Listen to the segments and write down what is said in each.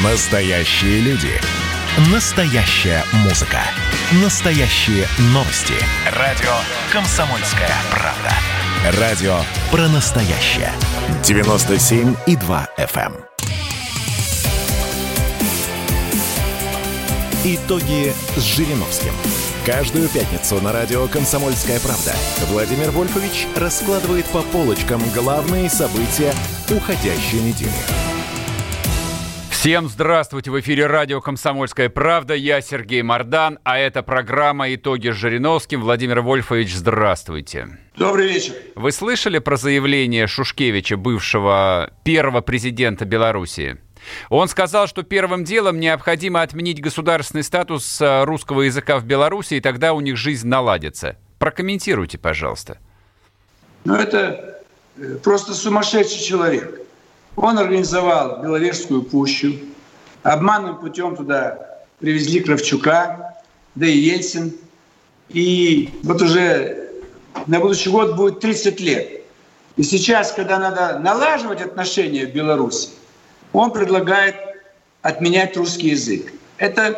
Настоящие люди. Настоящая музыка. Настоящие новости. Радио «Комсомольская правда». Радио про настоящее. 97,2 FM. Итоги с Жириновским. Каждую пятницу на радио «Комсомольская правда» Владимир Вольфович раскладывает по полочкам главные события уходящей недели. Всем здравствуйте! В эфире радио «Комсомольская правда». Я Сергей Мордан, а это программа «Итоги с Жириновским». Владимир Вольфович, здравствуйте. Добрый вечер. Вы слышали про заявление Шушкевича, бывшего первого президента Белоруссии? Он сказал, что первым делом необходимо отменить государственный статус русского языка в Беларуси, и тогда у них жизнь наладится. Прокомментируйте, пожалуйста. Это просто сумасшедший человек. Он организовал Беловежскую пущу. Обманным путем туда привезли Кравчука, да и Ельцин. И вот уже на будущий год будет 30 лет. И сейчас, когда надо налаживать отношения в Беларуси, он предлагает отменять русский язык. Это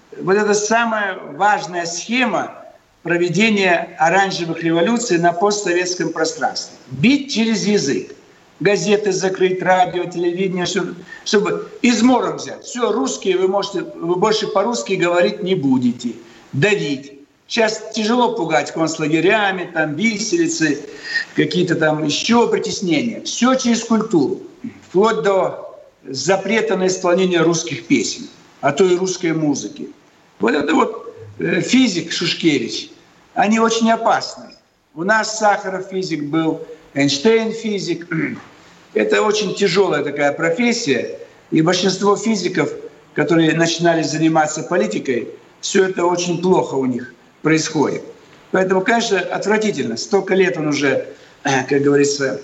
самая важная схема проведения оранжевых революций на постсоветском пространстве. Бить через язык. Газеты закрыть, радио, телевидение, чтобы измором взять. Все, русские, вы больше по-русски говорить не будете. Давить. Сейчас тяжело пугать концлагерями, там виселицы, какие-то там еще притеснения. Все через культуру. Вплоть до запрета на исполнение русских песен, а то и русской музыки. Вот это физик Шушкевич, они очень опасны. У нас Сахаров физик был, Эйнштейн физик. Это очень тяжелая такая профессия. И большинство физиков, которые начинали заниматься политикой, все это очень плохо у них происходит. Поэтому, конечно, отвратительно. Столько лет он уже, как говорится,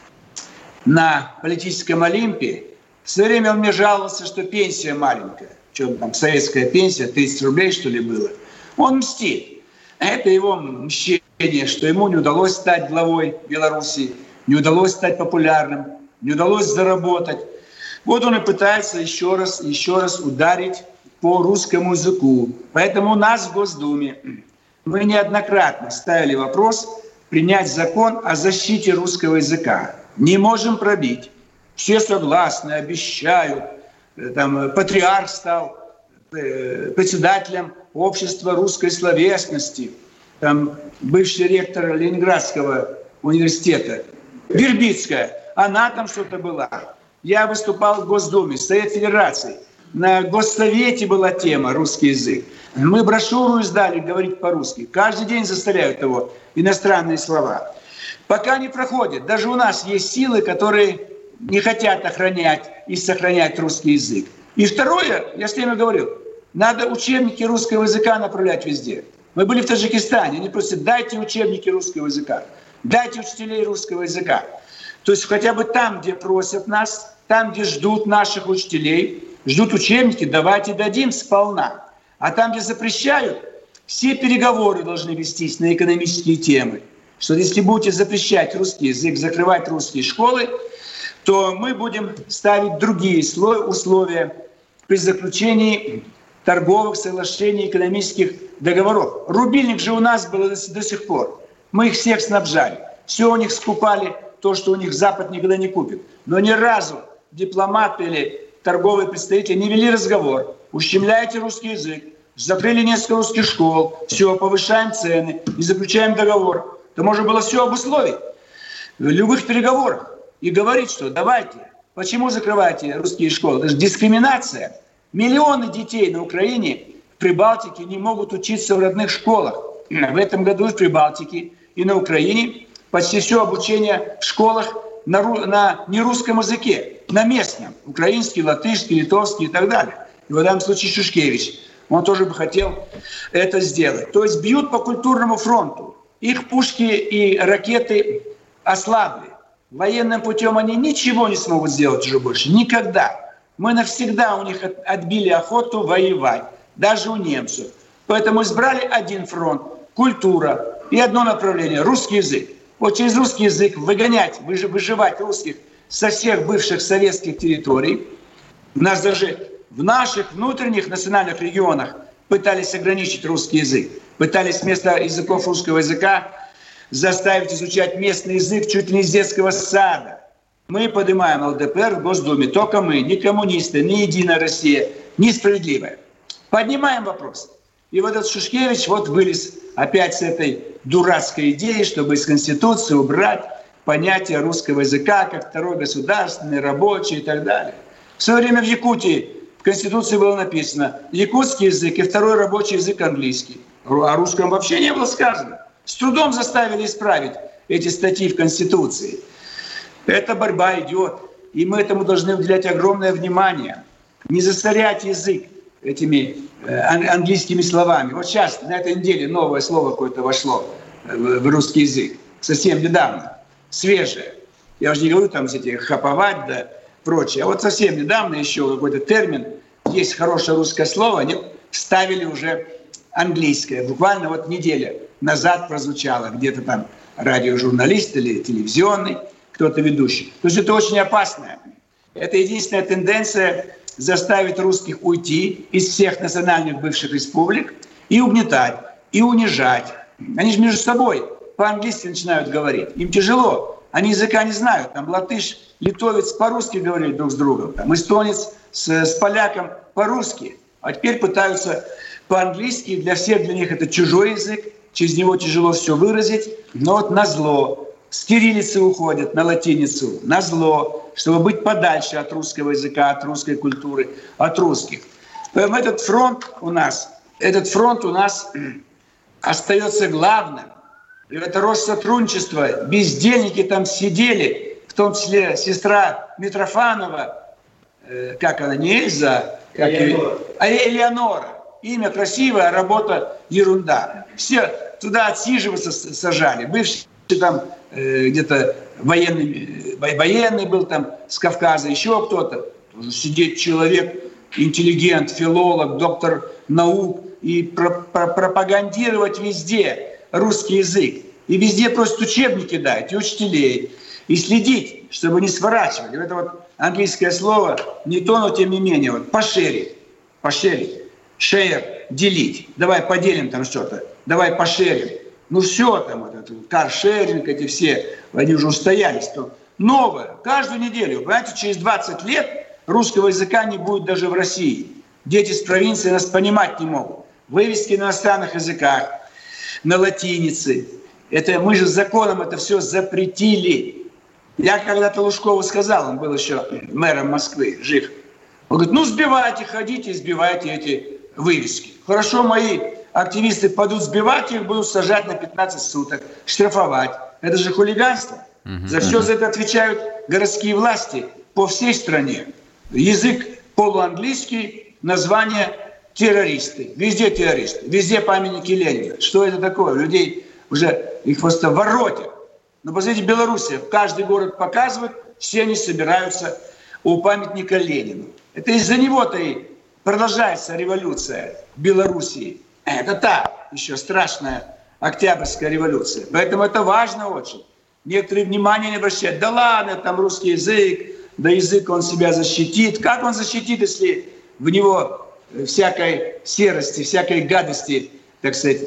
на политическом Олимпе. В свое время он мне жаловался, что пенсия маленькая. Что там, советская пенсия, 30 рублей, что ли, было. Он мстит. Это его мщение, что ему не удалось стать главой Беларуси, не удалось стать популярным, не удалось заработать. Вот он и пытается еще раз ударить по русскому языку. Поэтому у нас в Госдуме мы неоднократно ставили вопрос принять закон о защите русского языка. Не можем пробить. Все согласны, обещают. Там, патриарх стал председателем общества русской словесности. Там, бывший ректор Ленинградского университета. Вербицкая. Она там что-то была. Я выступал в Госдуме, Совет Федерации. На Госсовете была тема «Русский язык». Мы брошюру издали «Говорить по-русски». Каждый день заставляют его иностранные слова. Пока не проходит. Даже у нас есть силы, которые не хотят охранять и сохранять русский язык. И второе, я с ними говорил, надо учебники русского языка направлять везде. Мы были в Таджикистане, они просят, дайте учебники русского языка, дайте учителей русского языка. То есть хотя бы там, где просят нас, там, где ждут наших учителей, ждут учебники, давайте дадим сполна. А там, где запрещают, все переговоры должны вестись на экономические темы. Что если будете запрещать русский язык, закрывать русские школы, то мы будем ставить другие условия при заключении торговых соглашений, экономических договоров. Рубильник же у нас был до сих пор. Мы их всех снабжали. Все у них скупали, то, что у них Запад никогда не купит. Но ни разу дипломаты или торговые представители не вели разговор. Ущемляете русский язык, закрыли несколько русских школ, все, повышаем цены и заключаем договор. То можно было все обусловить в любых переговорах. И говорить, что давайте, почему закрываете русские школы? Это же дискриминация. Миллионы детей на Украине, в Прибалтике не могут учиться в родных школах. В этом году в Прибалтике и на Украине почти все обучение в школах на нерусском языке, на местном. Украинский, латышский, литовский и так далее. И в данном случае Шушкевич, он тоже бы хотел это сделать. То есть бьют по культурному фронту. Их пушки и ракеты ослабли. Военным путем они ничего не смогут сделать уже больше. Никогда. Мы навсегда у них отбили охоту воевать. Даже у немцев. Поэтому избрали один фронт. Культура. И одно направление. Русский язык. Вот через русский язык выгонять, выживать русских со всех бывших советских территорий. У нас даже в наших внутренних национальных регионах пытались ограничить русский язык. Пытались вместо языков русского языка заставить изучать местный язык чуть ли не с детского сада. Мы поднимаем ЛДПР в Госдуме, только мы, не коммунисты, не Единая Россия, не Справедливая. Поднимаем вопрос. И вот этот Шушкевич вылез опять с этой дурацкой идеей, чтобы из Конституции убрать понятие русского языка как второй государственный, рабочий и так далее. В свое время в Якутии в Конституции было написано якутский язык и второй рабочий язык английский. О русском вообще не было сказано. С трудом заставили исправить эти статьи в Конституции. Эта борьба идет, и мы этому должны уделять огромное внимание. Не засорять язык этими английскими словами. Вот сейчас, на этой неделе, новое слово какое-то вошло в русский язык. Совсем недавно. Свежее. Я уже не говорю там эти хаповать, да прочее. А вот совсем недавно еще какой-то термин, есть хорошее русское слово, они вставили уже английское. Буквально неделя назад прозвучало где-то там радиожурналист или телевизионный, кто-то ведущий. То есть это очень опасно. Это единственная тенденция заставить русских уйти из всех национальных бывших республик и угнетать, и унижать. Они же между собой по-английски начинают говорить. Им тяжело. Они языка не знают. Там латыш, литовец по-русски говорили друг с другом. Там эстонец с поляком по-русски. А теперь пытаются по-английски. Для них это чужой язык. Через него тяжело все выразить. Но назло. С кириллицы уходят на латиницу. Назло. Чтобы быть подальше от русского языка, от русской культуры, от русских. Поэтому этот фронт у нас остается главным. И это Россотрудничество, бездельники там сидели, в том числе сестра Митрофанова, как она, не Эльза, Элеонора. Имя красивое, а работа ерунда. Все туда отсиживаться сажали. Бывший там где-то военный был там с Кавказа, еще кто-то. Сидеть человек, интеллигент, филолог, доктор наук, и пропагандировать везде русский язык. И везде просят учебники дать, и учителей. И следить, чтобы не сворачивали. Это английское слово не то, но тем не менее. Пошерить. Share, делить. Давай поделим там что-то. Давай пошерим. Все там, каршеринг, эти все, они уже устоялись. Новое. Каждую неделю. Понимаете, через 20 лет русского языка не будет даже в России. Дети с провинции нас понимать не могут. Вывески на иностранных языках, на латинице. Это мы же законом это все запретили. Я когда-то Лужкову сказал, он был еще мэром Москвы, жив. Он говорит, сбивайте, ходите, сбивайте эти вывески. Хорошо, мои активисты пойдут сбивать их, будут сажать на 15 суток, штрафовать. Это же хулиганство. За все за это отвечают городские власти по всей стране. Язык полуанглийский, название террористы. Везде террористы, везде памятники Ленина. Что это такое? Людей уже их просто воротят. Но посмотрите, Белоруссия, каждый город показывает, все они собираются у памятника Ленину. Это из-за него-то и продолжается революция в Белоруссии. Это та еще страшная Октябрьская революция. Поэтому это важно очень. Некоторые внимания не обращают. Да ладно, там русский язык, да язык он себя защитит. Как он защитит, если в него всякой серости, всякой гадости, так сказать,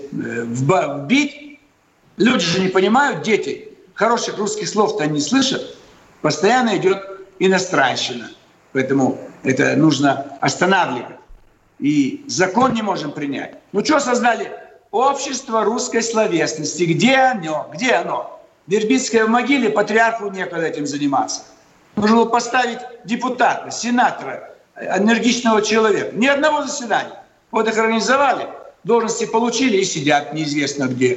вбить? Люди же не понимают, дети. Хороших русских слов-то они не слышат. Постоянно идет иностранщина. Поэтому это нужно останавливать. И закон не можем принять. Что создали? Общество русской словесности. Где оно? Где оно? Вербицкая в могиле, патриарху некогда этим заниматься. Нужно было поставить депутата, сенатора, энергичного человека. Ни одного заседания. Их организовали, должности получили и сидят неизвестно где.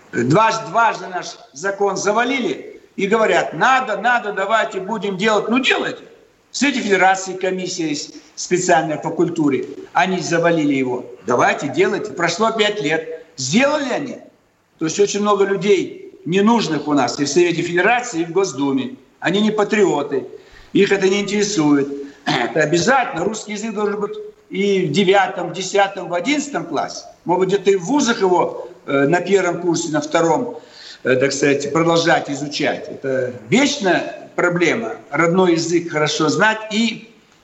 Дважды наш закон завалили и говорят, надо, давайте будем делать. Делайте. В Совете Федерации комиссия есть специальная по культуре. Они завалили его. Давайте, делайте. Прошло 5 лет. Сделали они? То есть очень много людей ненужных у нас и в Совете Федерации, и в Госдуме. Они не патриоты. Их это не интересует. Это обязательно. Русский язык должен быть и в 9, 10, в 11 классе. Может быть, где-то и в вузах его на 1 курсе, на 2, так сказать, продолжать изучать. Это вечная проблема. Родной язык хорошо знать и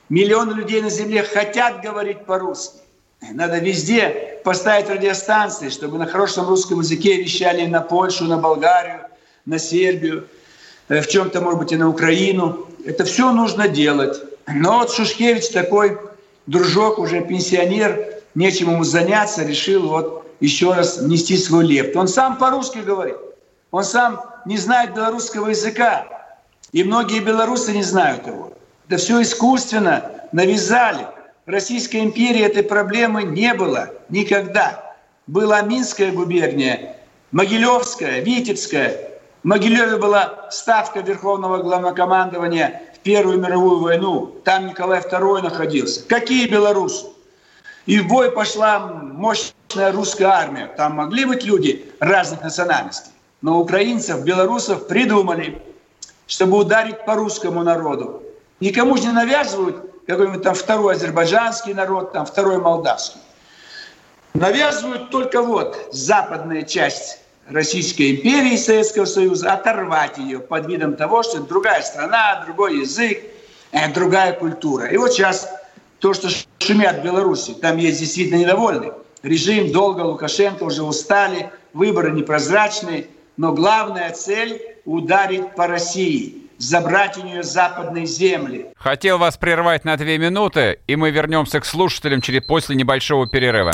Миллионы людей на земле хотят говорить по-русски. Надо везде поставить радиостанции, чтобы на хорошем русском языке вещали на Польшу, на Болгарию, на Сербию, в чем-то, может быть, и на Украину. Это все нужно делать. Но вот Шушкевич такой дружок, уже пенсионер, нечем ему заняться, решил вот еще раз внести свой лепту. Он сам по-русски говорит. Он сам не знает белорусского языка. И многие белорусы не знают его. Это все искусственно навязали. В Российской империи этой проблемы не было никогда. Была Минская губерния, Могилевская, Витебская. В Могилеве была ставка Верховного Главнокомандования в Первую мировую войну. Там Николай II находился. Какие белорусы? И в бой пошла мощная русская армия. Там могли быть люди разных национальностей. Но украинцев, белорусов придумали, чтобы ударить по русскому народу. Никому же не навязывают какой-нибудь там второй азербайджанский народ, там второй молдавский. Навязывают только вот западная часть Российской империи и Советского Союза, оторвать ее под видом того, что это другая страна, другой язык, другая культура. И вот сейчас то, что шумят в Беларуси, там есть действительно недовольны. Режим долго, Лукашенко уже устали, выборы непрозрачные, но главная цель – ударить по России, забрать у нее западные земли. Хотел вас прервать на 2 минуты, и мы вернемся к слушателям после небольшого перерыва.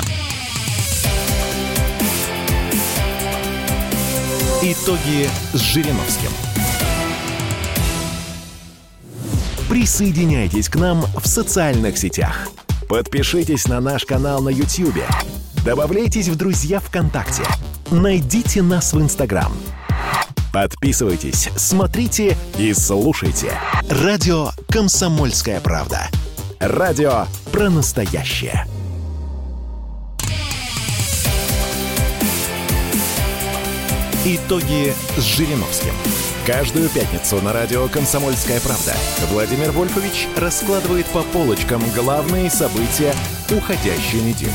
Итоги с Жириновским. Присоединяйтесь к нам в социальных сетях. Подпишитесь на наш канал на YouTube. Добавляйтесь в друзья ВКонтакте. Найдите нас в Инстаграм. Подписывайтесь, смотрите и слушайте. Радио «Комсомольская правда». Радио про настоящее. Итоги с Жириновским. Каждую пятницу на радио «Комсомольская правда» Владимир Вольфович раскладывает по полочкам главные события уходящей недели.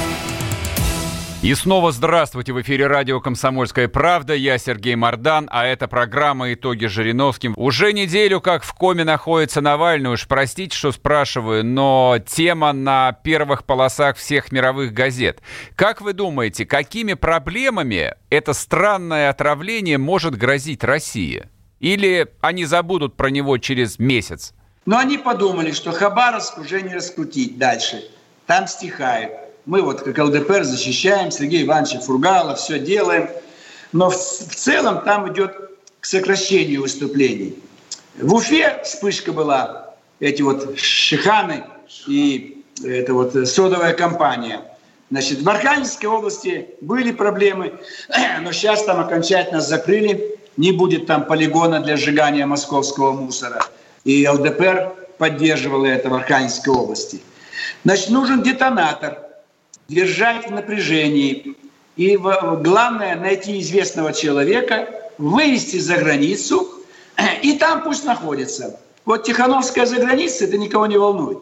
И снова здравствуйте! В эфире радио «Комсомольская правда». Я Сергей Мордан, а это программа «Итоги с Жириновским». Уже неделю как в коме находится Навальный. Уж простите, что спрашиваю, но тема на первых полосах всех мировых газет. Как вы думаете, какими проблемами это странное отравление может грозить России? Или они забудут про него через месяц? Но они подумали, что Хабаровск уже не раскрутить дальше. Там стихает. Мы вот как ЛДПР защищаем, Сергей Иванович Фургала, все делаем. Но в целом там идет к сокращению выступлений. В Уфе вспышка была, эти вот шиханы и это вот содовая компания. Значит, в Архангельской области были проблемы, но сейчас там окончательно закрыли. Не будет там полигона для сжигания московского мусора. И ЛДПР поддерживала это в Архангельской области. Значит, нужен детонатор. Держать в напряжении. И главное, найти известного человека, вывести за границу, и там пусть находится. Вот Тихановская за границей, это никого не волнует.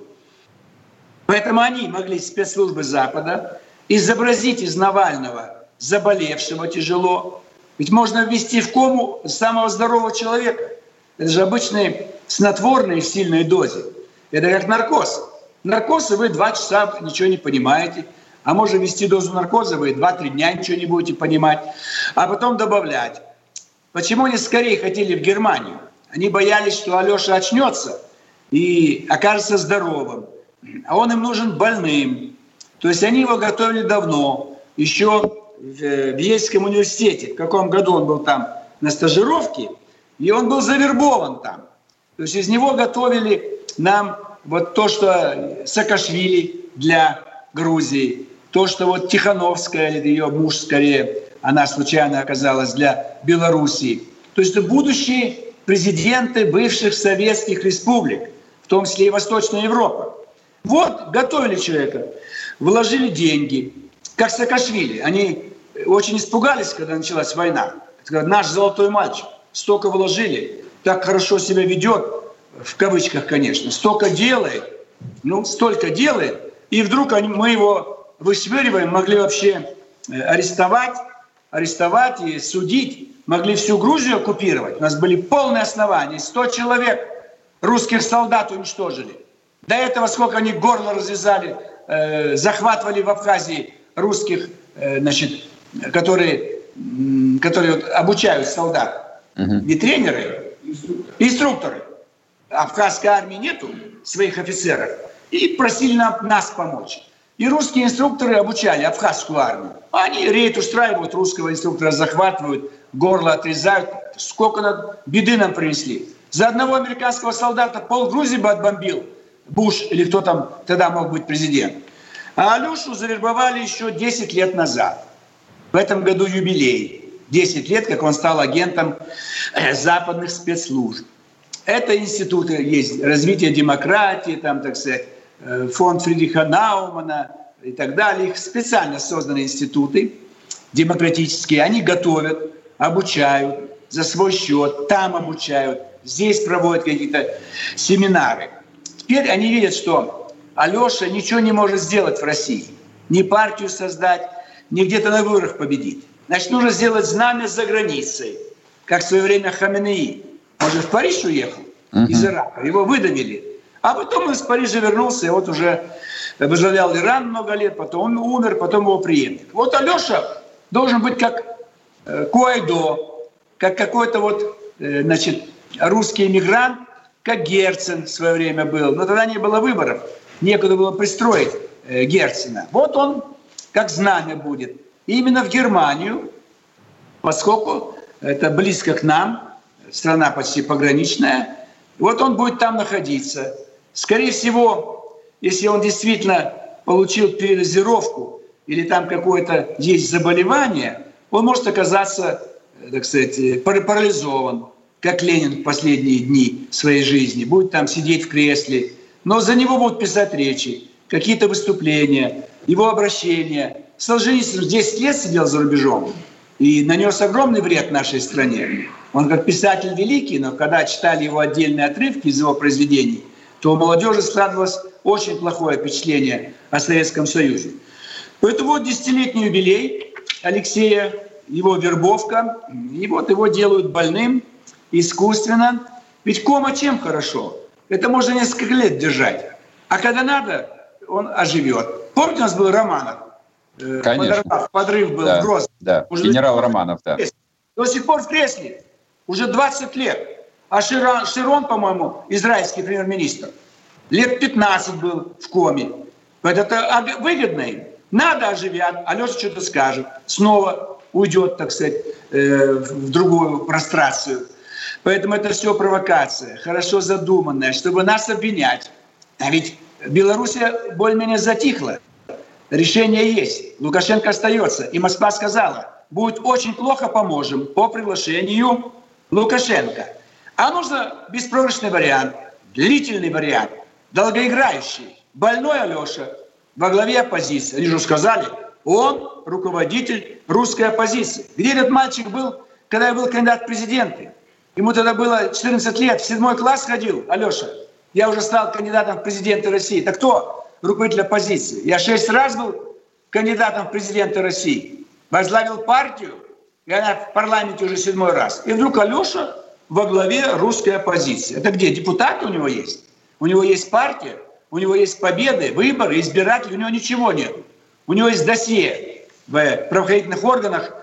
Поэтому они могли, спецслужбы Запада, изобразить из Навального заболевшего тяжело. Ведь можно ввести в кому самого здорового человека. Это же обычные снотворные в сильной дозе. Это как наркоз. Наркоз, и вы 2 часа ничего не понимаете. А можно ввести дозу наркоза, вы 2-3 дня ничего не будете понимать, а потом добавлять. Почему они скорее хотели в Германию? Они боялись, что Алеша очнется и окажется здоровым, а он им нужен больным. То есть они его готовили давно, еще в Ельском университете. В каком году он был там на стажировке, и он был завербован там. То есть из него готовили нам вот то, что Саакашвили для Грузии, то, что вот Тихановская, или ее муж скорее, она случайно оказалась для Белоруссии. То есть это будущие президенты бывших советских республик, в том числе и Восточной Европы. Вот, готовили человека, вложили деньги, как Саакашвили. Они очень испугались, когда началась война. Это наш золотой мальчик, столько вложили, так хорошо себя ведет, в кавычках, конечно, столько делает, столько делает, и вдруг мы его вышвыриваем, могли вообще арестовать и судить, могли всю Грузию оккупировать. У нас были полные основания. 100 человек русских солдат уничтожили. До этого сколько они горло развязали, захватывали в Абхазии русских, которые обучают солдат. Не тренеры, инструкторы. Абхазской армии нету своих офицеров. И просили нас помочь. И русские инструкторы обучали абхазскую армию. Они рейд устраивают, русского инструктора захватывают, горло отрезают. Сколько беды нам принесли. За одного американского солдата пол-Грузии бы отбомбил Буш или кто там тогда мог быть президент. А Алешу завербовали еще 10 лет назад. В этом году юбилей. 10 лет, как он стал агентом западных спецслужб. Это институты есть, развитие демократии, там, так сказать, фонд Фридриха Наумана и так далее. Их специально созданы институты демократические. Они готовят, обучают за свой счет, там обучают, здесь проводят какие-то семинары. Теперь они видят, что Алеша ничего не может сделать в России. Ни партию создать, ни где-то на выборах победить. Значит, нужно сделать знамя за границей, как в свое время Хаменеи. Он же в Париж уехал из Ирака, его выдавили. А потом он из Парижа вернулся, и вот уже возглавлял Иран много лет, потом он умер, потом его преемник. Вот Алеша должен быть как Гуайдо, как какой-то русский эмигрант, как Герцен в свое время был. Но тогда не было выборов, некуда было пристроить Герцена. Вот он как знамя будет. И именно в Германию, поскольку это близко к нам, страна почти пограничная, вот он будет там находиться. Скорее всего, если он действительно получил передозировку или там какое-то есть заболевание, он может оказаться, так сказать, парализован, как Ленин в последние дни своей жизни. Будет там сидеть в кресле, но за него будут писать речи, какие-то выступления, его обращения. Солженицын 10 лет сидел за рубежом и нанес огромный вред нашей стране. Он как писатель великий, но когда читали его отдельные отрывки из его произведений, то у молодежи складывалось очень плохое впечатление о Советском Союзе. Поэтому вот 10-летний юбилей Алексея, его вербовка, и вот его делают больным искусственно. Ведь кома чем хорошо? Это можно несколько лет держать. А когда надо, он оживет. Помните, у нас был Романов? Конечно. Подрыв был в Грозном. Да, генерал Романов, да. До сих пор в кресле. Уже 20 лет. А Широн, по-моему, израильский премьер-министр, лет 15 был в коме. Это выгодно им. Надо оживят, Алеша что-то скажет. Снова уйдет, так сказать, в другую прострацию. Поэтому это все провокация, хорошо задуманная, чтобы нас обвинять. А ведь Белоруссия более-менее затихла. Решение есть. Лукашенко остается. И Москва сказала, будет очень плохо, поможем по приглашению Лукашенко. А нужно беспроигрышный вариант, длительный вариант, долгоиграющий. Больной Алеша во главе оппозиции. Они же сказали, он руководитель русской оппозиции. Где этот мальчик был, когда я был кандидат в президенты? Ему тогда было 14 лет, в 7 класс ходил, Алеша. Я уже стал кандидатом в президенты России. Так кто руководитель оппозиции? Я 6 раз был кандидатом в президенты России. Возглавил партию, и она в парламенте уже 7 раз. И вдруг Алеша во главе русской оппозиции. Это где? Депутаты у него есть? У него есть партия, у него есть победы, выборы, избиратели, у него ничего нет. У него есть досье в правоохранительных органах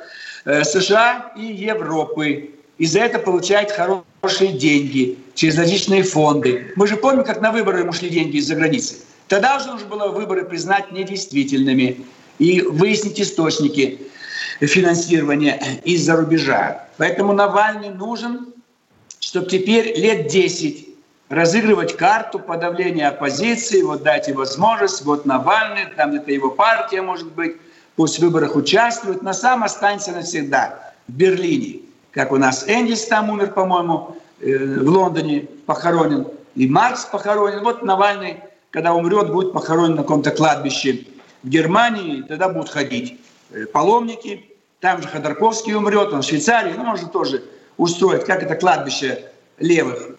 США и Европы. И за это получает хорошие деньги через различные фонды. Мы же помним, как на выборы ему шли деньги из-за границы. Тогда уже нужно было выборы признать недействительными и выяснить источники финансирования из-за рубежа. Поэтому Навальный нужен, чтобы теперь лет 10 разыгрывать карту подавления оппозиции, вот дайте возможность, вот Навальный, там это его партия, может быть, пусть в выборах участвует, но сам останется навсегда в Берлине. Как у нас Энгельс там умер, по-моему, в Лондоне похоронен, и Маркс похоронен. Вот Навальный, когда умрет, будет похоронен на каком-то кладбище в Германии, и тогда будут ходить паломники. Там же Ходорковский умрет, он в Швейцарии, ну, можно тоже устроить, как это кладбище левых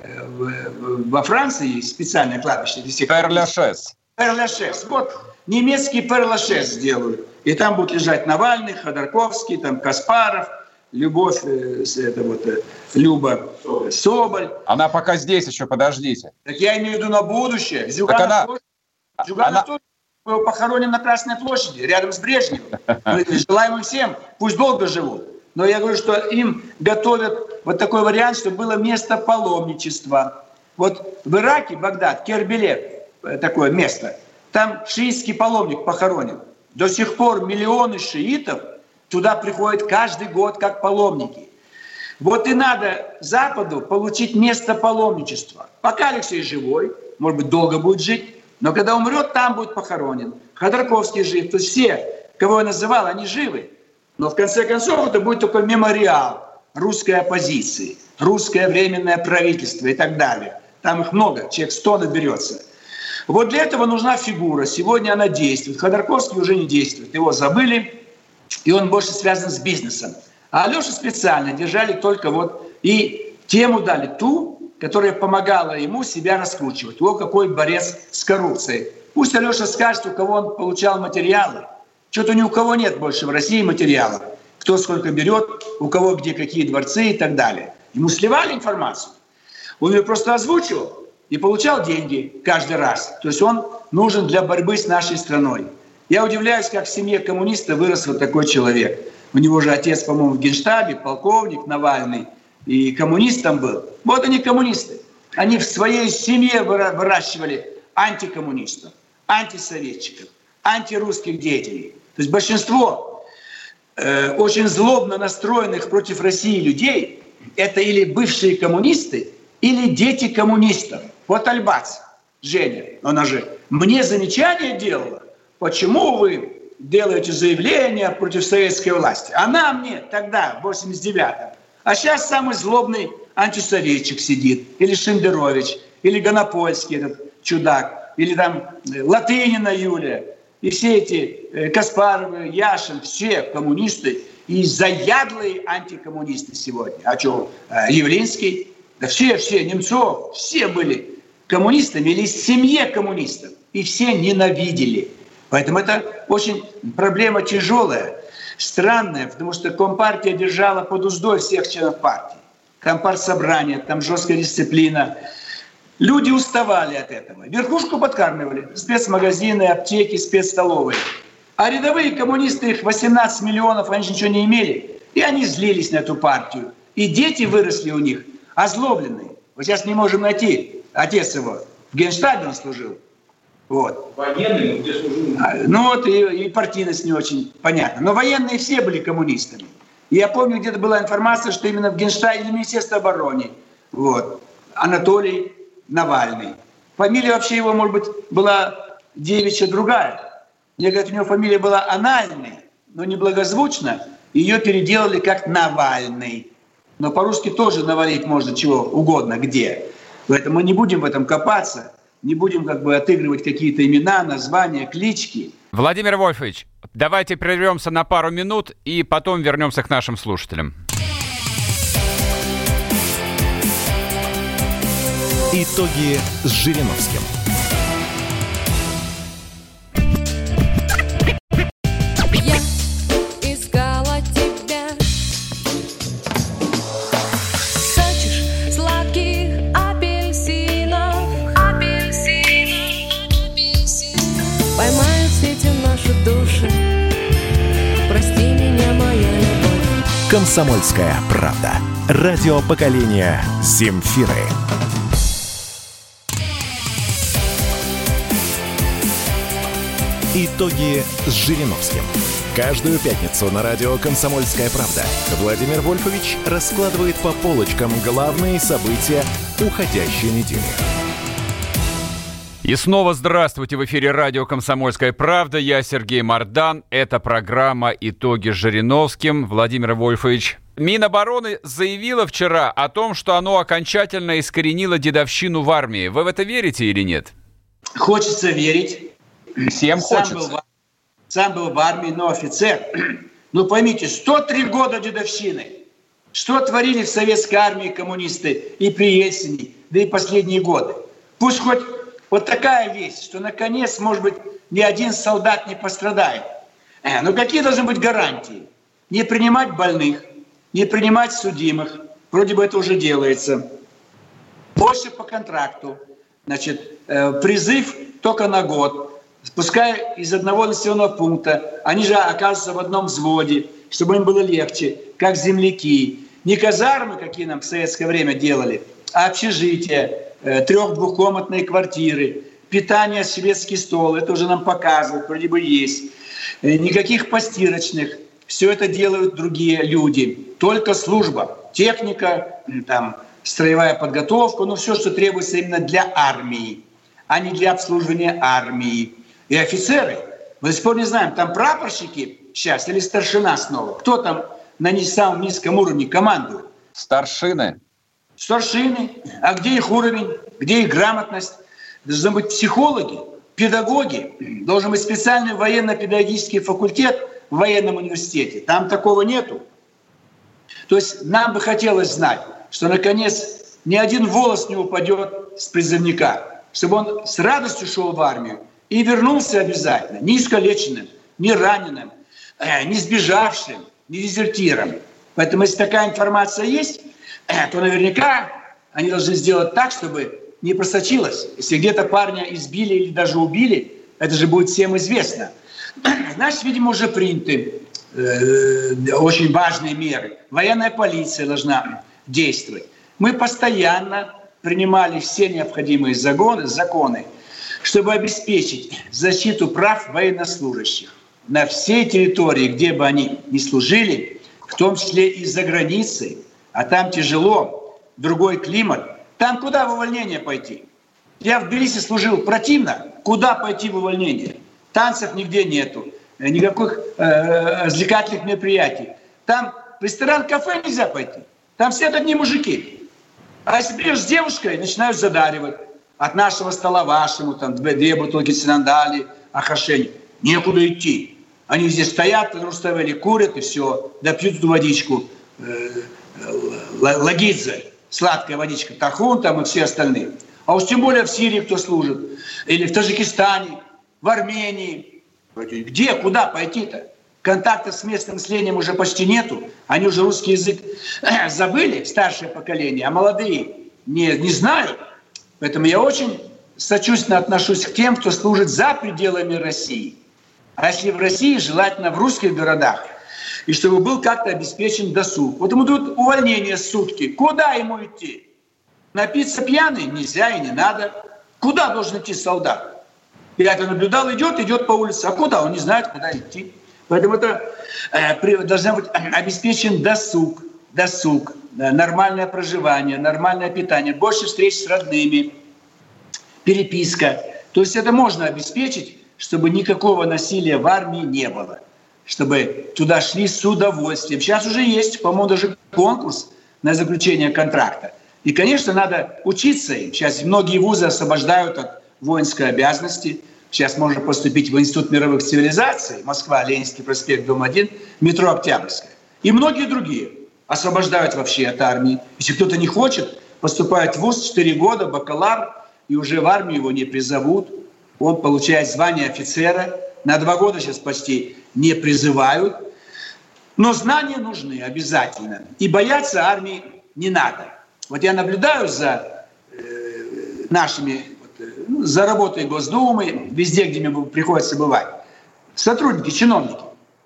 во Франции, есть специальное кладбище. Пер-Лашез. Пер-Лашез. Вот немецкий Пер-Лашез сделают. И там будут лежать Навальный, Ходорковский, там Каспаров, Любовь, Люба Соболь. Она пока здесь еще, подождите. Так я имею в виду на будущее. Зюганов тоже был похоронен на Красной площади, рядом с Брежневым. Желаем им всем, пусть долго живут. Но я говорю, что им готовят вот такой вариант, чтобы было место паломничества. Вот в Ираке, Багдад, Кербеле, такое место, там шиитский паломник похоронен. До сих пор миллионы шиитов туда приходят каждый год как паломники. Вот и надо Западу получить место паломничества. Пока Алексей живой, может быть, долго будет жить, но когда умрет, там будет похоронен. Ходорковский жив. То есть все, кого я называл, они живы. Но в конце концов это будет такой мемориал русской оппозиции, русское временное правительство и так далее. Там их много, человек 100 наберется. Вот для этого нужна фигура. Сегодня она действует. Ходорковский уже не действует. Его забыли, и он больше связан с бизнесом. А Алешу специально держали только вот и тему дали ту, которая помогала ему себя раскручивать. О, какой борец с коррупцией. Пусть Алеша скажет, у кого он получал материалы. Что-то ни у кого нет больше в России материалов. Кто сколько берет, у кого где какие дворцы и так далее. Ему сливали информацию. Он ее просто озвучивал и получал деньги каждый раз. То есть он нужен для борьбы с нашей страной. Я удивляюсь, как в семье коммуниста вырос вот такой человек. У него же отец, по-моему, в Генштабе, полковник Навальный, и коммунистом был. Вот они коммунисты. Они в своей семье выращивали антикоммунистов, антисоветчиков, антирусских деятелей. То есть большинство очень злобно настроенных против России людей – это или бывшие коммунисты, или дети коммунистов. Вот Альбац, Женя, она же мне замечание делала, почему вы делаете заявления против советской власти. Она мне тогда, в 89-м, а сейчас самый злобный антисоветчик сидит, или Шендерович, или Гонопольский этот чудак, или там Латынина Юлия, и все эти Каспаровы, Яшин, все коммунисты и заядлые антикоммунисты сегодня. А что, Явлинский? Да все, Немцов, все были коммунистами или из семьи коммунистов. И все ненавидели. Поэтому это очень проблема тяжелая, странная, потому что Компартия держала под уздой всех членов партии. Там партсобрание, там жесткая дисциплина. Люди уставали от этого. Верхушку подкармливали. Спецмагазины, аптеки, спецстоловые. А рядовые коммунисты, их 18 миллионов, они же ничего не имели. И они злились на эту партию. И дети выросли у них озлобленные. Вот сейчас не можем найти. Отец его в Генштабе он служил. Вот. Военный, где служил? Ну вот и партийность не очень понятно. Но военные все были коммунистами. И я помню, где-то была информация, что именно в Генштабе или Министерстве обороны вот, Анатолий Навальный. Фамилия вообще его, может быть, была девичья другая. Мне говорят, у него фамилия была Анальный, но неблагозвучно. Ее переделали как Навальный. Но по-русски тоже навалить можно чего угодно, где. Поэтому мы не будем в этом копаться, не будем отыгрывать какие-то имена, названия, клички. Владимир Вольфович, давайте прервемся на пару минут и потом вернемся к нашим слушателям. Итоги с Жириновским. «Комсомольская правда». Радио поколения Земфиры. Итоги с Жириновским. Каждую пятницу на радио «Комсомольская правда» Владимир Вольфович раскладывает по полочкам главные события уходящей недели. И снова здравствуйте! В эфире радио «Комсомольская правда». Я Сергей Мордан. Это программа «Итоги с Жириновским». Владимир Вольфович. Минобороны заявила вчера о том, что оно окончательно искоренило дедовщину в армии. Вы в это верите или нет? Хочется верить. Всем хочется. Сам был в армии, но офицер. Ну поймите, 103 года дедовщины. Что творили в советской армии коммунисты и при Ельцине, да и последние годы. Пусть хоть вот такая весть, что наконец, может быть, ни один солдат не пострадает. Но какие должны быть гарантии? Не принимать больных, не принимать судимых. Вроде бы это уже делается. Больше по контракту. Значит, призыв только на год. Пускай из одного населенного пункта. Они же оказываются в одном взводе, чтобы им было легче, как земляки. Не казармы, какие нам в советское время делали, а общежития, 3-2-комнатные квартиры, питание, шведский стол. Это уже нам показывают, вроде бы есть. Никаких постирочных. Все это делают другие люди. Только служба, техника, там, строевая подготовка, ну все, что требуется именно для армии, а не для обслуживания армии. И офицеры, мы до сих пор не знаем, там прапорщики сейчас или старшина снова. Кто там на самом низком уровне командует? Старшины. Старшины. А где их уровень? Где их грамотность? Должны быть психологи, педагоги. Должен быть специальный военно-педагогический факультет в военном университете. Там такого нету. То есть нам бы хотелось знать, что, наконец, ни один волос не упадет с призывника, чтобы он с радостью шел в армию и вернулся обязательно, не искалеченным, не раненым, не сбежавшим, не дезертиром. Поэтому, если такая информация есть, то наверняка они должны сделать так, чтобы не просочилось. Если где-то парня избили или даже убили, это же будет всем известно. Значит, видимо, уже приняты очень важные меры. Военная полиция должна действовать. Мы постоянно принимали все необходимые законы, чтобы обеспечить защиту прав военнослужащих на всей территории, где бы они ни служили, в том числе и за границей. А там тяжело, другой климат. Там куда в увольнение пойти? Я в Тбилиси служил, противно. Куда пойти в увольнение? Танцев нигде нету, никаких развлекательных мероприятий. Там в ресторан-кафе нельзя пойти. Там все одни мужики. А если придешь с девушкой, начинают задаривать. От нашего стола вашему, там 2 бутылки цинандали, ахашень. Некуда идти. Они здесь стоят, руставели, курят и все. Да пьют эту водичку. Лагидзе, сладкая водичка, Тархун там и все остальные. А уж тем более в Сирии кто служит. Или в Таджикистане, в Армении. Где, куда пойти-то? Контактов с местным населением уже почти нету. Они уже русский язык забыли, старшее поколение, а молодые не знают. Поэтому я очень сочувственно отношусь к тем, кто служит за пределами России. А если в России, желательно в русских городах. И чтобы был как-то обеспечен досуг. Вот ему дают увольнение сутки. Куда ему идти? Напиться пьяный нельзя и не надо. Куда должен идти солдат? Я это наблюдал, идет по улице. А куда? Он не знает, куда идти. Поэтому это должен быть обеспечен досуг, нормальное проживание, нормальное питание, больше встреч с родными, переписка. То есть это можно обеспечить, чтобы никакого насилия в армии не было, чтобы туда шли с удовольствием. Сейчас уже есть, по-моему, даже конкурс на заключение контракта. И, конечно, надо учиться им. Сейчас многие вузы освобождают от воинской обязанности. Сейчас можно поступить в Институт мировых цивилизаций, Москва, Ленинский проспект, дом 1, метро Октябрьская. И многие другие освобождают вообще от армии. Если кто-то не хочет, поступает в вуз 4 года, бакалавр, и уже в армию его не призовут. Он получает звание офицера. На 2 года сейчас почти не призывают. Но знания нужны обязательно. И бояться армии не надо. Вот я наблюдаю за нашими... за работой Госдумы, везде, где мне приходится бывать. Сотрудники, чиновники.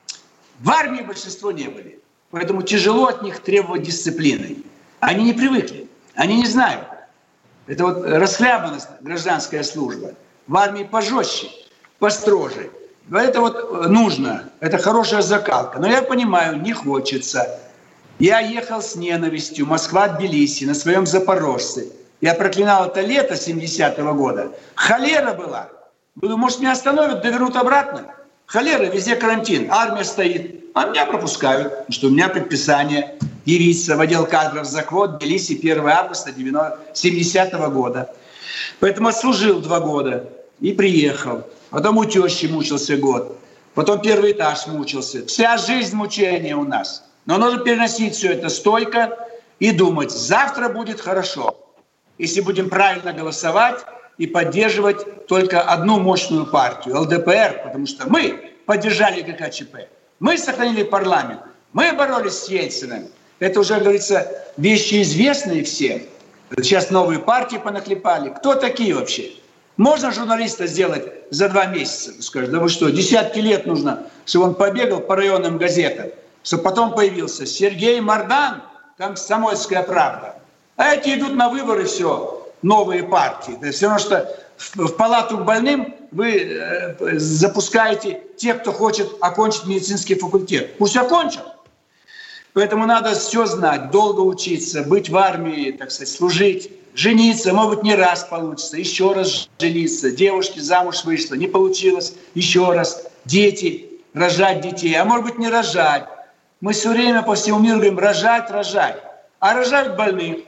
В армии большинство не были. Поэтому тяжело от них требовать дисциплины. Они не привыкли, они не знают. Это вот расхлябанность, гражданская служба. В армии пожестче, построже. Это вот нужно, это хорошая закалка. Но я понимаю, не хочется. Я ехал с ненавистью, Москва-Тбилиси, на своем Запорожце. Я проклинал это лето 70-го года. Холера была. Думаю, может, меня остановят, довернут обратно. Холера, везде карантин, армия стоит. А меня пропускают, потому что у меня предписание явиться в отдел кадров Заквот, Тбилиси 1 августа 70-го года. Поэтому отслужил 2 года и приехал. Потом у тещи мучился год. Потом 1-й этаж мучился. Вся жизнь мучения у нас. Но нужно переносить все это стойко и думать, завтра будет хорошо. Если будем правильно голосовать и поддерживать только одну мощную партию, ЛДПР, потому что мы поддержали ГКЧП, мы сохранили парламент, мы боролись с Ельциным, Это уже, говорится, вещи известные всем. Сейчас новые партии понаклепали. Кто такие вообще? Можно журналиста сделать за 2 месяца? Скажешь, да вы что, десятки лет нужно, чтобы он побегал по районным газетам, чтобы потом появился Сергей Мардан, «Комсомольская правда». А эти идут на выборы, все, новые партии. Это все равно, что в палату к больным вы запускаете тех, кто хочет окончить медицинский факультет. Пусть окончат. Поэтому надо все знать, долго учиться, быть в армии, так сказать, служить, жениться, может быть, не раз получится, еще раз жениться. Девушке замуж вышла, не получилось, еще раз. Дети, рожать детей, а может быть, не рожать. Мы все время по всему миру говорим рожать, рожать. А рожают больных.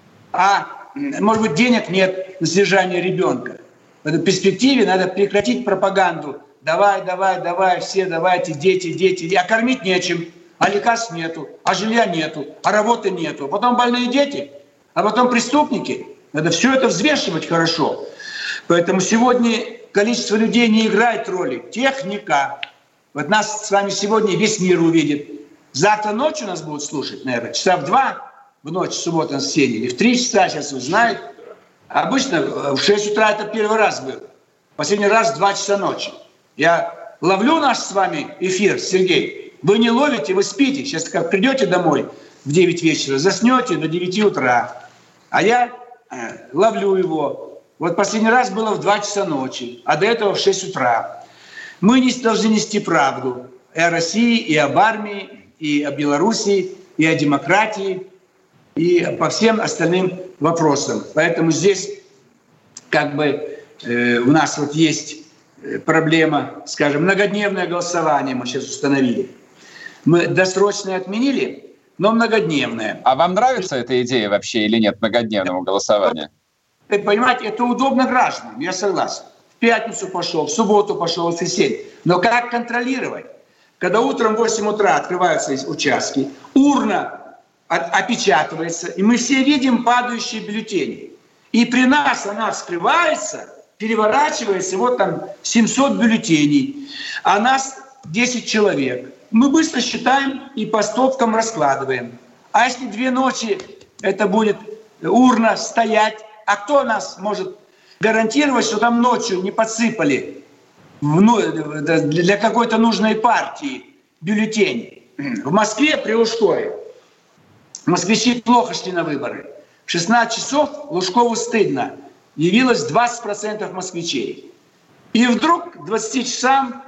А может быть, денег нет на содержание ребенка. В этой перспективе надо прекратить пропаганду. Давай, все давайте, дети. А кормить нечем. А лекарств нету, а жилья нету, а работы нету. Потом больные дети, а потом преступники. Надо все это взвешивать хорошо. Поэтому сегодня количество людей не играет роли. Техника. Вот нас с вами сегодня весь мир увидит. Завтра ночью нас будут слушать, наверное, часа в 2 в ночь, в субботу, воскресенье, или в 3 часа, сейчас узнают. Обычно в 6 утра это первый раз был. Последний раз в 2 часа ночи. Я ловлю наш с вами эфир, Сергей. Вы не ловите, вы спите. Сейчас как придете домой в 9 вечера, заснете до 9 утра. А я ловлю его. Вот последний раз было в 2 часа ночи, а до этого в 6 утра. Мы не должны нести правду и о России, и об армии, и о Белоруссии, и о демократии, и по всем остальным вопросам. Поэтому здесь как бы у нас вот есть проблема, скажем, многодневное голосование мы сейчас установили. Мы досрочное отменили, но многодневное. А вам нравится эта идея вообще или нет, многодневного голосования? Понимаете, это удобно гражданам, я согласен. В пятницу пошел, в субботу пошел, в воскресенье. Но как контролировать? Когда утром в 8 утра открываются участки, урна опечатывается, и мы все видим падающие бюллетени. И при нас она вскрывается, переворачивается, вот там 700 бюллетеней, а нас 10 человек. Мы быстро считаем и по стопкам раскладываем. А если 2 ночи это будет урна стоять, а кто нас может гарантировать, что там ночью не подсыпали для какой-то нужной партии бюллетени? В Москве при Лужкове москвичи плохо шли на выборы. В 16 часов Лужкову стыдно. Явилось 20% москвичей. И вдруг к 20 часам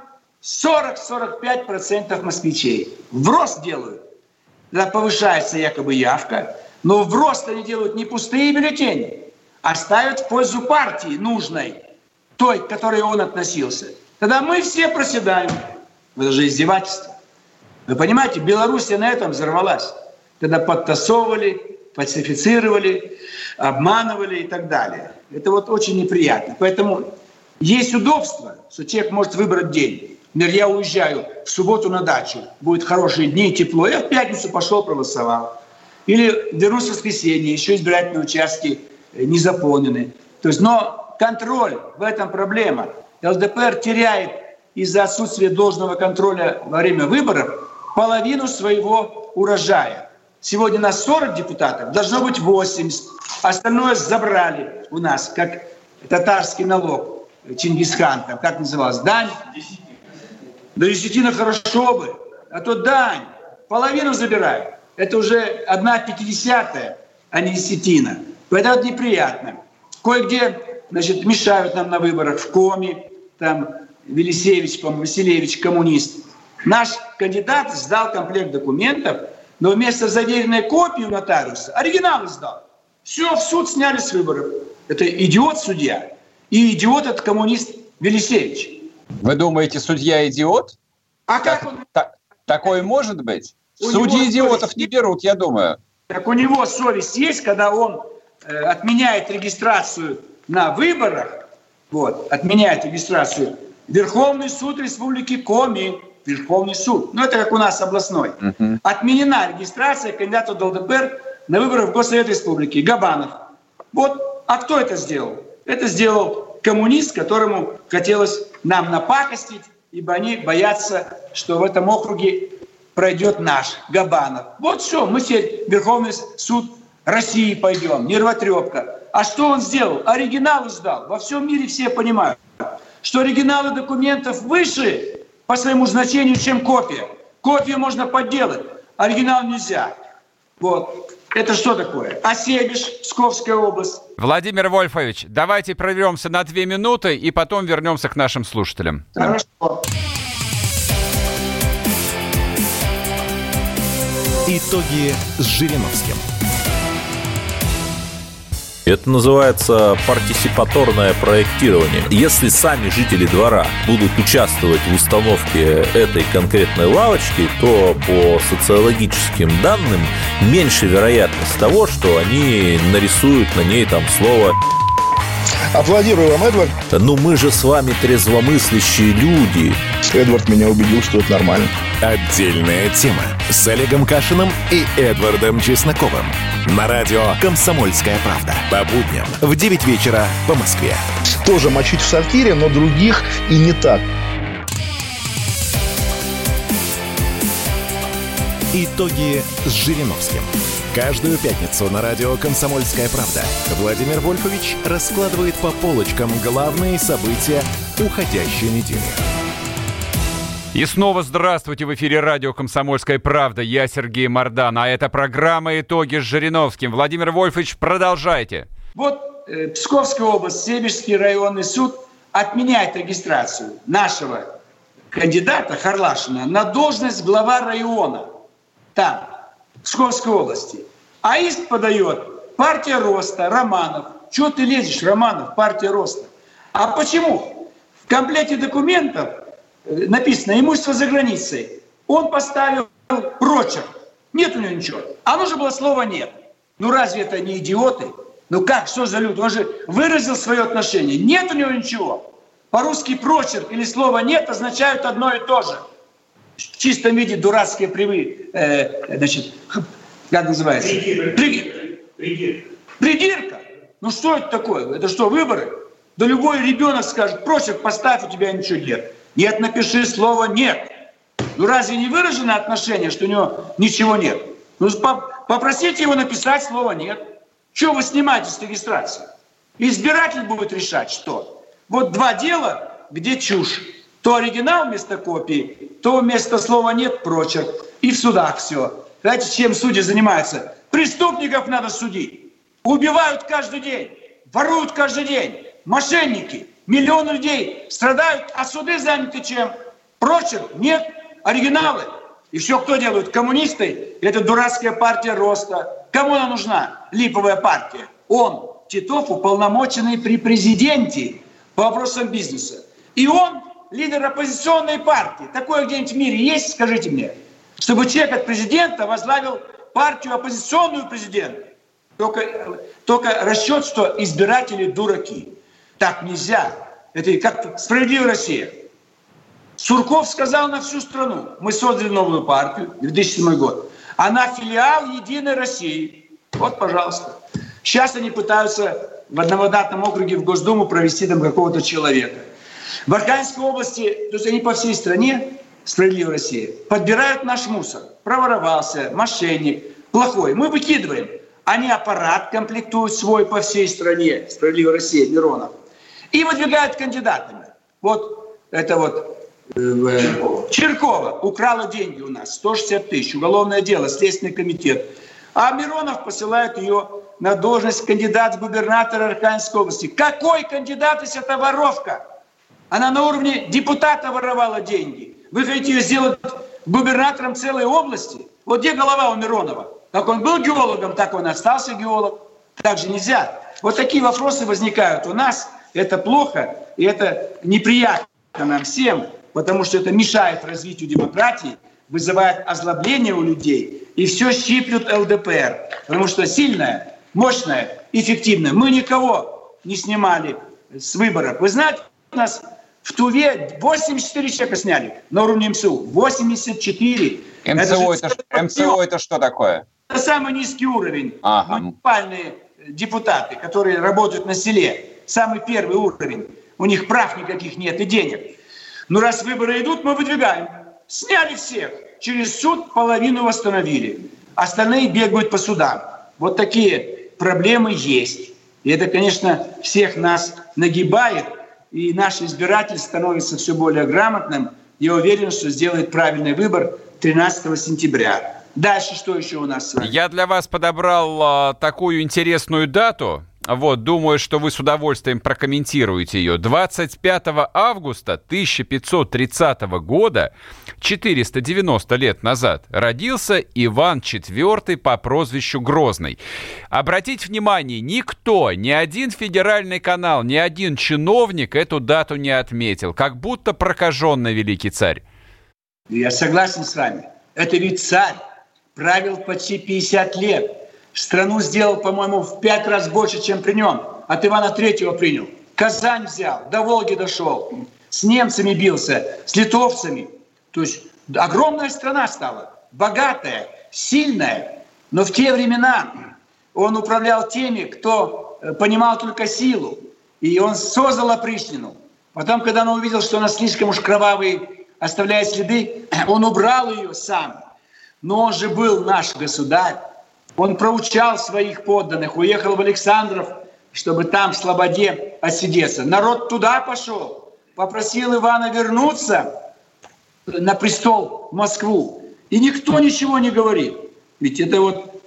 40-45% москвичей. В рост делают. Тогда повышается якобы явка. Но в рост они делают не пустые бюллетени, а ставят в пользу партии нужной, той, к которой он относился. Тогда мы все проседаем. Это же издевательство. Вы понимаете, Белоруссия на этом взорвалась. Когда подтасовывали, фальсифицировали, обманывали и так далее. Это вот очень неприятно. Поэтому есть удобство, что человек может выбрать день. Например, я уезжаю в субботу на дачу, будет хорошие дни, тепло. Я в пятницу пошел, проголосовал. Или вернусь в воскресенье, еще избирательные участки не заполнены. То есть, но контроль, в этом проблема. ЛДПР теряет из-за отсутствия должного контроля во время выборов половину своего урожая. Сегодня нас 40 депутатов, должно быть 80. Остальное забрали у нас, как татарский налог, Чингисхан, там, как называлось, дань. Да десятина хорошо бы, а то дань, половину забирают. Это уже 1/50, а не десятина. Поэтому это неприятно. Кое-где, значит, мешают нам на выборах в Коми, там Велисевич, по-моему, Василевич, коммунист. Наш кандидат сдал комплект документов, но вместо заверенной копии нотариуса оригинал сдал. Все, в суд сняли с выборов. Это идиот-судья. И идиот этот коммунист Велисевич. Вы думаете, судья идиот? А как он? Такое может быть? Судьи идиотов не берут, я думаю. Так у него совесть есть, когда он отменяет регистрацию на выборах, вот, отменяет регистрацию. Верховный суд Республики Коми, Верховный суд. Ну, это как у нас областной. Отменена регистрация кандидата в ЛДПР на выборах в Госсовет Республики. Габанов. Вот. А кто это сделал? Это сделал коммунист, которому хотелось нам напакостить, ибо они боятся, что в этом округе пройдет наш, Габанов. Вот все, мы теперь в Верховный суд России пойдем, нервотрепка. А что он сделал? Оригиналы сдал. Во всем мире все понимают, что оригиналы документов выше по своему значению, чем копия. Копию можно подделать, оригинал нельзя. Вот. Это что такое? А Себеж, Псковская область. Владимир Вольфович, давайте прервемся на 2 минуты и потом вернемся к нашим слушателям. Хорошо. Итоги с Жириновским. Это называется партисипаторное проектирование. Если сами жители двора будут участвовать в установке этой конкретной лавочки, то по социологическим данным меньше вероятность того, что они нарисуют на ней там слово. Аплодирую вам, Эдвард. Ну мы же с вами трезвомыслящие люди. Эдвард меня убедил, что это нормально. Отдельная тема с Олегом Кашиным и Эдвардом Чесноковым. На радио «Комсомольская правда». По будням в 9 вечера по Москве. Тоже мочить в сортире, но других и не так. Итоги с Жириновским. Каждую пятницу на радио «Комсомольская правда» Владимир Вольфович раскладывает по полочкам главные события уходящей недели. И снова здравствуйте, в эфире радио «Комсомольская правда». Я Сергей Мордан, а это программа «Итоги с Жириновским». Владимир Вольфович, продолжайте. Вот Псковская область, Себежский районный суд отменяет регистрацию нашего кандидата Харлашина на должность глава района. Там, в Псковской области. А иск подает партия Роста, Романов. Чего ты лезешь, Романов, партия Роста? А почему? В комплекте документов написано «имущество за границей». Он поставил прочерк. Нет у него ничего. А нужно было слова «нет». Ну разве это не идиоты? Ну как, что за люди? Он же выразил свое отношение. Нет у него ничего. По-русски прочерк или слово «нет» означают одно и то же. В чистом виде дурацкие как называется? Придирка. Ну что это такое? Это что, выборы? Да любой ребенок скажет, прочерк поставь, у тебя ничего нет. Нет, напиши слово «нет». Ну разве не выражено отношение, что у него ничего нет? Ну попросите его написать слово «нет». Чего вы снимаете с регистрации? Избиратель будет решать, что. Вот 2 дела, где чушь. То оригинал вместо копии, то вместо слова «нет» прочерк. И в судах все. Знаете, чем судьи занимаются? Преступников надо судить. Убивают каждый день, воруют каждый день. Мошенники. Миллионы людей страдают, а суды заняты чем? Прочерк, нет, оригиналы. И все кто делают? Коммунисты? Это дурацкая партия Роста. Кому она нужна? Липовая партия. Он, Титов, уполномоченный при президенте по вопросам бизнеса. И он лидер оппозиционной партии. Такое где-нибудь в мире есть, скажите мне? Чтобы человек от президента возглавил партию оппозиционную президента. Только расчет, что избиратели дураки. Так нельзя. Это как «Справедливая Россия». Сурков сказал на всю страну. Мы создали новую партию, 2007 год. Она филиал «Единой России». Вот, пожалуйста. Сейчас они пытаются в одномандатном округе в Госдуму провести там какого-то человека. В Архангельской области, то есть они по всей стране, «Справедливая Россия», подбирают наш мусор. Проворовался, мошенник, плохой. Мы выкидываем. Они аппарат комплектуют свой по всей стране, «Справедливая Россия», Миронов. И выдвигают кандидатами. Вот это вот Чиркова украла деньги у нас, 160 тысяч, уголовное дело, Следственный комитет. А Миронов посылает ее на должность кандидата в губернатора Архангельской области. Какой кандидат, если это воровка? Она на уровне депутата воровала деньги. Вы хотите ее сделать губернатором целой области? Вот где голова у Миронова? Как он был геологом, так он и остался геолог. Так же нельзя. Вот такие вопросы возникают у нас. Это плохо, и это неприятно нам всем, потому что это мешает развитию демократии, вызывает озлобление у людей, и все щиплют ЛДПР. Потому что сильная, мощная, эффективная. Мы никого не снимали с выборов. Вы знаете, у нас в Туве 84 человека сняли на уровне МСУ. 84. МСУ это что такое? Это самый низкий уровень. Муниципальные депутаты, которые работают на селе. Самый первый уровень. У них прав никаких нет и денег. Но раз выборы идут, мы выдвигаем Сняли всех. Через суд половину восстановили. Остальные бегают по судам. Вот такие проблемы есть. И это, конечно, всех нас нагибает. И наш избиратель становится все более грамотным. Я уверен, что сделает правильный выбор 13 сентября. Дальше что еще у нас с вами? Я для вас подобрал такую интересную дату. Вот, думаю, что вы с удовольствием прокомментируете ее. 25 августа 1530 года, 490 лет назад, родился Иван IV по прозвищу Грозный. Обратите внимание, никто, ни один федеральный канал, ни один чиновник эту дату не отметил. Как будто прокаженный великий царь. Я согласен с вами. Это ведь царь. Правил почти 50 лет. Страну сделал, по-моему, в 5 раз больше, чем при нем. От Ивана III принял. Казань взял, до Волги дошел. С немцами бился, с литовцами. То есть огромная страна стала. Богатая, сильная. Но в те времена он управлял теми, кто понимал только силу. И он создал опричнину. Потом, когда он увидел, что она слишком уж кровавой оставляет следы, он убрал ее сам. Но он же был наш государь. Он проучал своих подданных, уехал в Александров, чтобы там в Слободе отсидеться. Народ туда пошел, попросил Ивана вернуться на престол в Москву. И никто ничего не говорит. Ведь это вот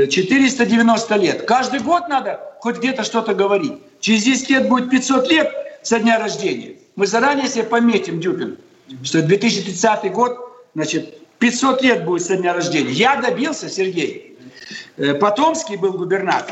490 лет. Каждый год надо хоть где-то что-то говорить. Через 10 лет будет 500 лет со дня рождения. Мы заранее себе пометим, Дюпин, что 2030 год, значит, 500 лет будет со дня рождения. Я добился, Сергей. Потомский был губернатор.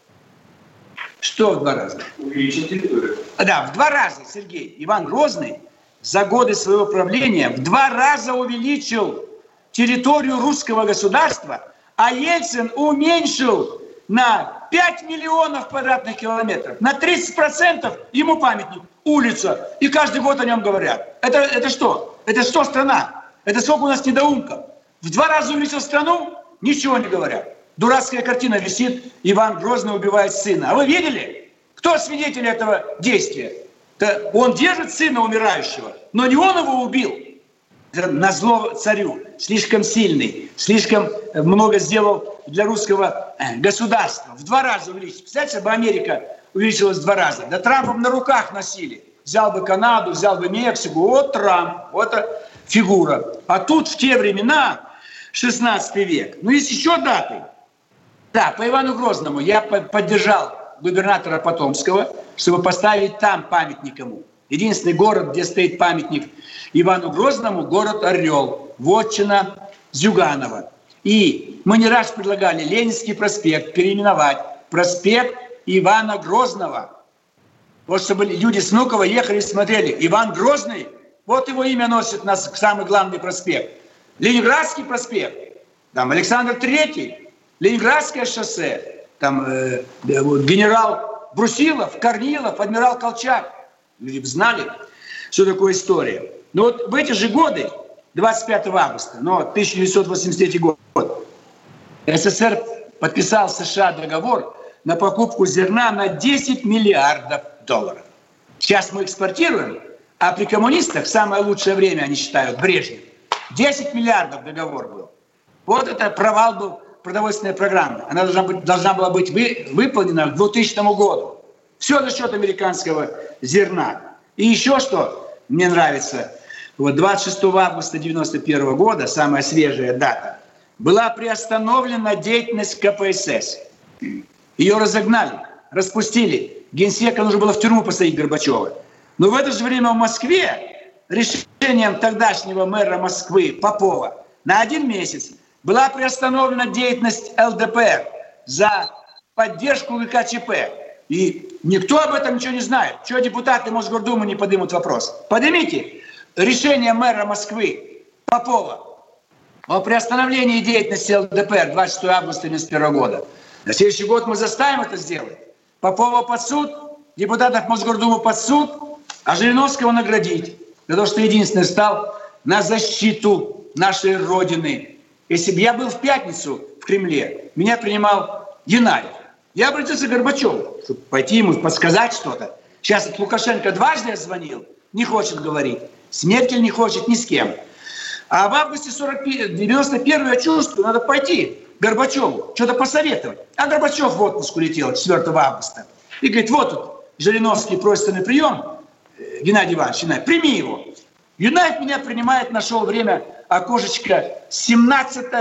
Что в 2 раза? Увеличить территорию. Да, в 2 раза, Сергей. Иван Грозный за годы своего правления в 2 раза увеличил территорию русского государства, а Ельцин уменьшил на 5 миллионов квадратных километров. На 30% ему памятник, улица. И каждый год о нем говорят. Это что? Это что страна? Это сколько у нас недоумков? В 2 раза увеличил страну, ничего не говорят. Дурацкая картина висит, Иван Грозный убивает сына. А вы видели? Кто свидетель этого действия? Он держит сына умирающего, но не он его убил. Назло царю, слишком сильный, слишком много сделал для русского государства. В 2 раза увеличил. Представляете, бы Америка увеличилась в 2 раза. Да Трампом на руках носили. Взял бы Канаду, взял бы Мексику. Вот Трамп, вот фигура. А тут в те времена, 16 век. Ну, есть еще даты. Да, по Ивану Грозному я поддержал губернатора Потомского, чтобы поставить там памятник ему. Единственный город, где стоит памятник Ивану Грозному, город Орел, вотчина Зюганова. И мы не раз предлагали Ленинский проспект переименовать проспект Ивана Грозного. Вот чтобы люди с Внуково ехали и смотрели. Иван Грозный, вот его имя носит нас самый главный проспект. Ленинградский проспект, там Александр III, Ленинградское шоссе, там генерал Брусилов, Корнилов, адмирал Колчак. Люди знали, что такое история. Но вот в эти же годы, 25 августа, 1983 год, СССР подписал с США договор на покупку зерна на 10 миллиардов долларов. Сейчас мы экспортируем, а при коммунистах самое лучшее время, они считают, Брежнев. 10 миллиардов договор был. Вот это провал был продовольственной программы. Она должна была быть выполнена к 2000 году. Все за счет американского зерна. И еще что мне нравится. Вот 26 августа 1991 года, самая свежая дата, была приостановлена деятельность КПСС. Ее разогнали, распустили. Генсека нужно было в тюрьму посадить Горбачева. Но в это же время в Москве решением тогдашнего мэра Москвы Попова на 1 месяц была приостановлена деятельность ЛДПР за поддержку ГКЧП. И никто об этом ничего не знает. Чего депутаты Мосгордумы не поднимут вопрос? Поднимите решение мэра Москвы Попова о приостановлении деятельности ЛДПР 26 августа 1991 года. На следующий год мы заставим это сделать. Попова под суд, депутатов Мосгордумы под суд, а Жириновского наградить. За то, что единственный стал на защиту нашей Родины. Если бы я был в пятницу в Кремле, меня принимал Янаев. Я обратился к Горбачеву, чтобы пойти ему подсказать что-то. Сейчас от Лукашенко дважды звонил, не хочет говорить. С Меркель не хочет, ни с кем. А в августе 91 я чувствую, надо пойти к Горбачеву, что-то посоветовать. А Горбачев в отпуск улетел 4 августа. И говорит, вот тут Жириновский просит на прием, Геннадий Иванович, прими его. Юнаев меня принимает, нашел время, окошечко 16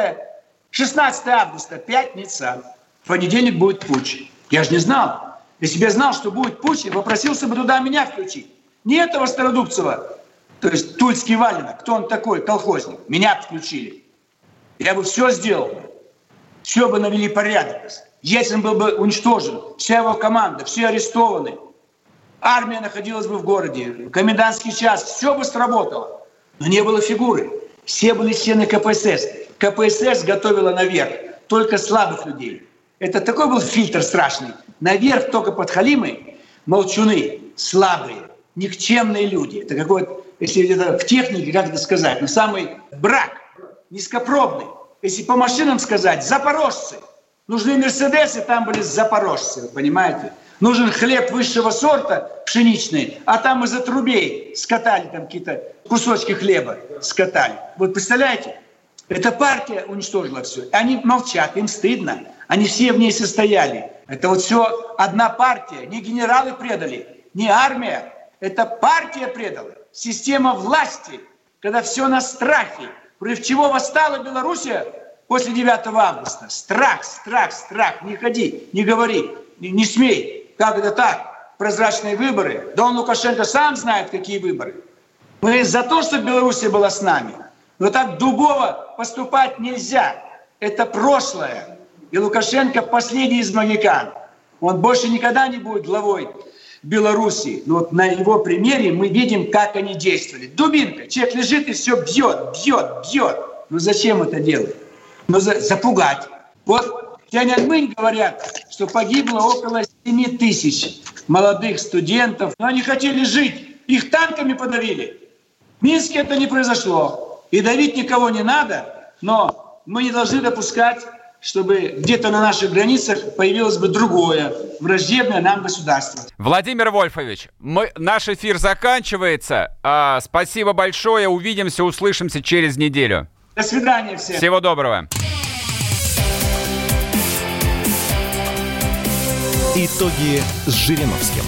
августа, пятница. В понедельник будет путч. Я же не знал. Если бы я знал, что будет путч, я попросился бы туда меня включить. Не этого Стародубцева, то есть Тульский Валенок, кто он такой, колхозник. Меня включили. Я бы все сделал. Все бы навели порядок. Ельцин был бы уничтожен. Вся его команда, все арестованы. Армия находилась бы в городе. Комендантский час. Все бы сработало. Но не было фигуры. Все были члены КПСС. КПСС готовила наверх только слабых людей. Это такой был фильтр страшный. Наверх только подхалимы, молчуны, слабые, никчемные люди. Это какой-то, если это в технике, как это сказать, самый брак, низкопробный. Если по машинам сказать, запорожцы. Нужны мерседесы, там были запорожцы, вы понимаете? Нужен хлеб высшего сорта, пшеничный, а там из-за трубей скатали там какие-то кусочки хлеба, скатали. Вот представляете? Эта партия уничтожила все. Они молчат, им стыдно. Они все в ней состояли. Это вот все одна партия. Не генералы предали, не армия. Это партия предала. Система власти, когда все на страхе. Против чего восстала Белоруссия после 9 августа? Страх, страх, страх. Не ходи, не говори, не смей. Как это так? Прозрачные выборы. Да он, Лукашенко, сам знает, какие выборы. Мы за то, чтобы Белоруссия была с нами. Но так дубово поступать нельзя. Это прошлое. И Лукашенко последний из могикан. Он больше никогда не будет главой Белоруссии. Но вот на его примере мы видим, как они действовали. Дубинка. Человек лежит и все бьет, бьет, бьет. Ну зачем это делать? Ну запугать. Вот в Тяньаньмэнь говорят, что погибло около 7 тысяч молодых студентов. Но они хотели жить. Их танками подавили. В Минске это не произошло. И давить никого не надо. Но мы не должны допускать, чтобы где-то на наших границах появилось бы другое, враждебное нам государство. Владимир Вольфович, наш эфир заканчивается. Спасибо большое. Увидимся, услышимся через неделю. До свидания всем. Всего доброго. Итоги с Жириновским.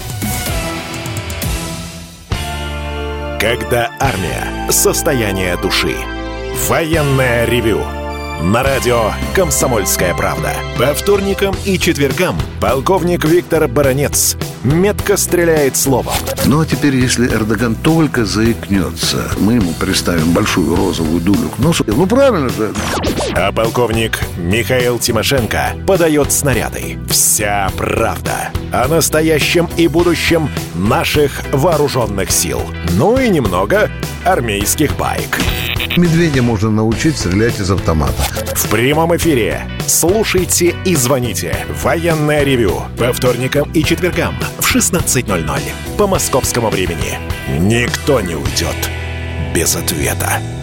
Когда армия. Состояние души. Военное ревю. На радио «Комсомольская правда». По вторникам и четвергам полковник Виктор Баранец метко стреляет словом. Ну а теперь, если Эрдоган только заикнется, мы ему приставим большую розовую дулю к носу. Ну правильно же. А полковник Михаил Тимошенко подает снаряды. Вся правда о настоящем и будущем наших вооруженных сил. Ну и немного армейских баек. Медведя можно научить стрелять из автомата. В прямом эфире слушайте и звоните. Военное ревю по вторникам и четвергам в 16:00 по московскому времени. Никто не уйдет без ответа.